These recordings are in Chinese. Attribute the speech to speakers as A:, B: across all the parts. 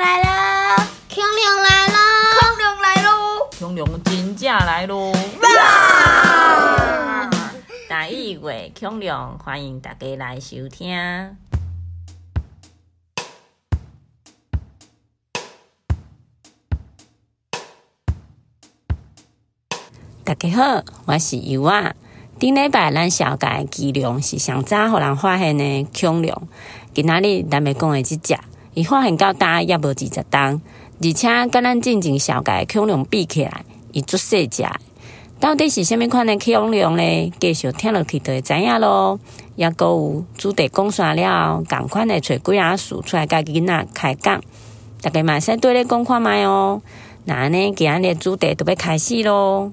A: 来了，
B: 恐龙来了，
A: 恐龙来喽，
C: 恐龙真正来咯！第一位恐龙，欢迎大家来收听。大家好，我是尤啊。顶礼拜咱小界基隆是上早互人发现的恐龙，今仔日咱要讲的这只，伊发现到大也无20吨，而且甲咱进前小界恐龙比起来，伊足细只。到底是啥物款的恐龙呢？继续听落去就会知影咯。也阁有主题讲煞了后，共款的找几啊事出来甲囡仔开讲，大家嘛使对咧讲看卖哦。那安尼今日的主题就要开始咯。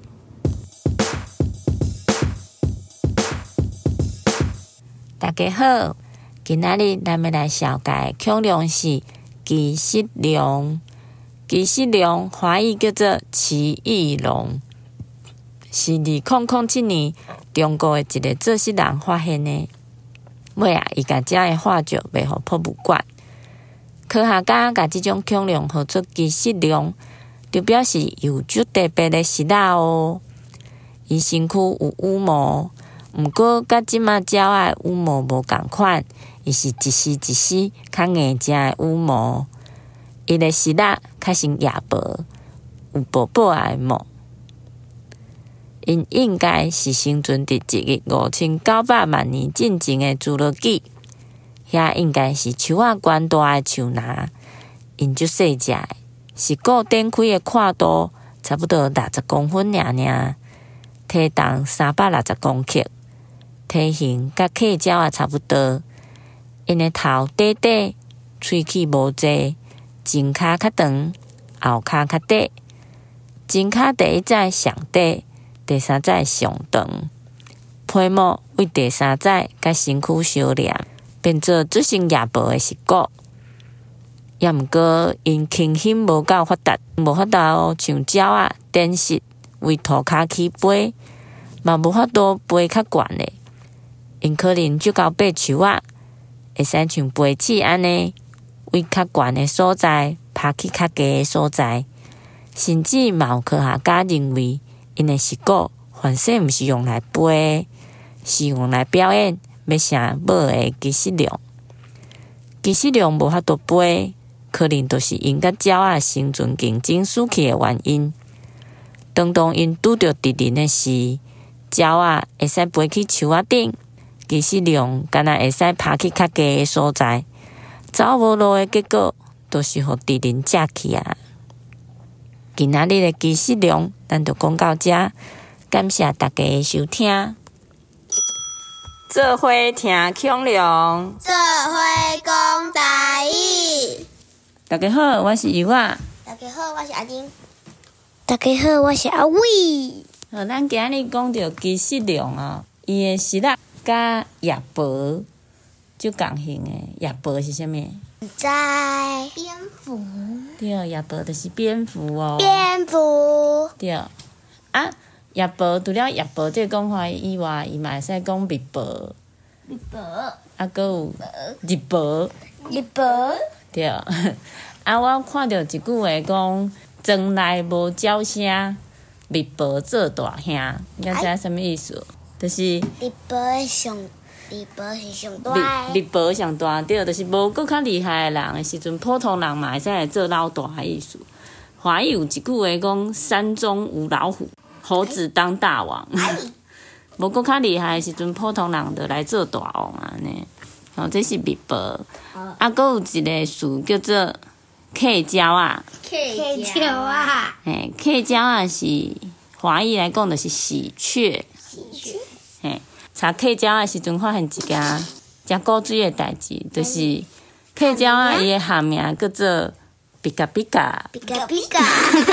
C: 大家好，今仔日咱要来了解恐龙是棘膝龙。棘膝龙华语叫做奇异龙，是2007年中国的一个做事人发现的。尾啊，伊甲这的化石卖互博物馆。科学家甲这种恐龙号做棘膝龙，就表示有足特别的膝仔哦。伊身躯有羽毛。毋过，甲即马鸟仔羽毛无共款，伊是一丝一丝较硬正的羽毛。伊的膝仔较像叶薄，有薄薄的毛。因应该是生存伫1亿5900万年进前的侏罗纪，遐应该是树仔悬大的树林。因足细只，是个展开的宽度差不多60公分尔，体重360公克。体型甲客鸟也差不多，因的头短短，喙齿无济，前骹较长，后骹较短。前骹第一指上短，第三指上长。皮毛为第三指甲身躯相连，变做足像叶薄的膝骨。也毋过因轻型无够发达，无法度像鸟仔展翅为涂骹起飞，嘛无法度飞较悬的。因可能足够爬树仔，会使像飞鼠安尼，为较悬的所在爬去较低的所在。甚至嘛有科学家认为，因的膝骨原说毋是用来飞，是用来表演要啥某的棘膝龙。棘膝龙无法度飞，可能就是因甲鸟仔生存竞争死去的原因。当因拄着敌人的时，鸟仔会使飞去树仔顶。棘膝龙敢若会使爬去较低的所在，走无路的结果，都是互敌人食去啊！今仔日的棘膝龙，咱就讲到这，感谢大家的收听。做伙听恐龙，
B: 做伙讲台语。
C: 大家好，我是尤啊。
B: 大家好，我是阿丁。大家好，我是阿伟。
C: 好，咱今日讲到棘膝龙啊，伊的膝仔甲叶薄就共型的。叶薄是啥物？
B: 在蝙蝠。
C: 对，叶薄就是蝙蝠哦。
B: 蝙蝠。
C: 对啊，叶薄除了叶薄这个讲法以外，伊嘛会使讲密薄。
B: 密薄。
C: 阁有日薄。
B: 日薄。
C: 对。我看到一句话讲，庄内无鸟声，密薄做大兄，你知啥物意思？就是
B: 日薄是上大的。
C: 日薄上大，对，就是无搁较厉害的人的时阵，普通人嘛会使来做老大的意思。华语有一句话讲：山中无老虎，猴子当大王。无搁较厉害的时阵，普通人就来做大王啊呢。这是密薄。阁有一个词叫做客鸟啊。
B: 客鸟啊。
C: 客鸟啊是华语来讲就是喜鹊。查客鸟的时阵，发现一件真古锥的代志，就是客鸟啊，伊的学名叫做比卡比卡。
B: 比卡比卡。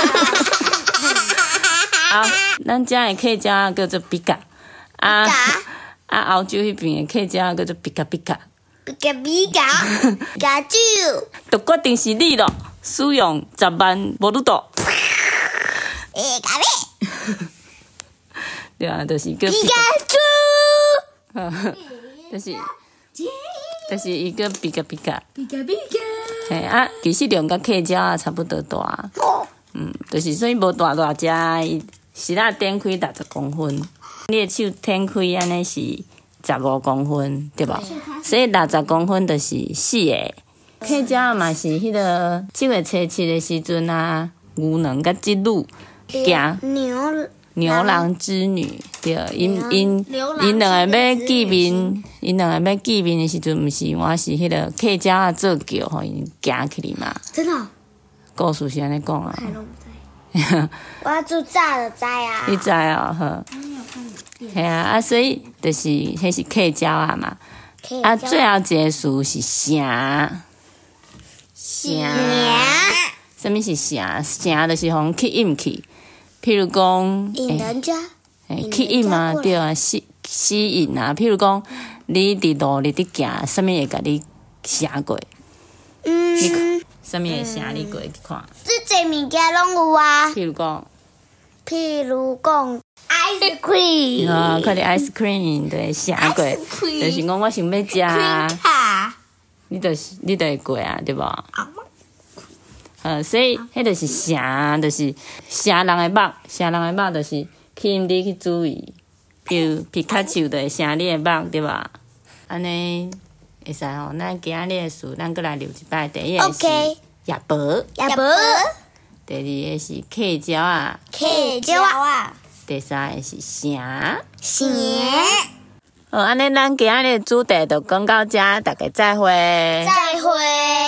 C: 咱遮的客鸟叫做比卡。欧洲迄边的客鸟叫做比卡比卡。
B: 比卡比卡。加酒。
C: 就决定是你咯，使用10万无愈多。
B: 咖啡。
C: 对啊，就是叫
B: 皮卡丘。
C: 就是伊个比卡比卡。
A: 比卡比卡。
C: 嘿啊，其实龙甲客鸟啊差不多大，就是所以无大只，伊是啦展开60公分，你的手展开安尼是15公分，对无？所以60公分就是4个。客鸟嘛是迄个7月初7的时阵啊，牛郎甲织女行。牛郎织女，对，因两个要见面，因两个要见面的时阵，毋是我是迄个客鸟啊做桥，互因行起哩嘛。
B: 真的、哦？
C: 故事是安尼讲啊。
B: 我要做炸的灾啊！
C: 你知哦，呵。系啊，所以就是迄是客鸟啊嘛。啊，最后一个词是城。什么是城？城就是互吸引去。譬如讲，
B: 引人家，
C: 吸引啊，对啊，吸引啊。譬如讲，你伫路你伫行，啥物会甲你写过？啥物会写你过去看？
B: 这些物件拢有啊。
C: 譬如讲
B: ，ice cream。
C: 看你 ice cream 就会写过，就是讲我想要食，你就会过啊，对无？所以迄就是城，就是城人的目，城人的目就是吸引你去注意，比如皮卡丘就会城你的目，对吧？安尼会使吼，咱今日的事，咱过来留一摆。第一个是夜婆，第二个是客鸟啊，第三个是城。好，安尼咱今日的主题就讲到这，大家再会。
B: 再会。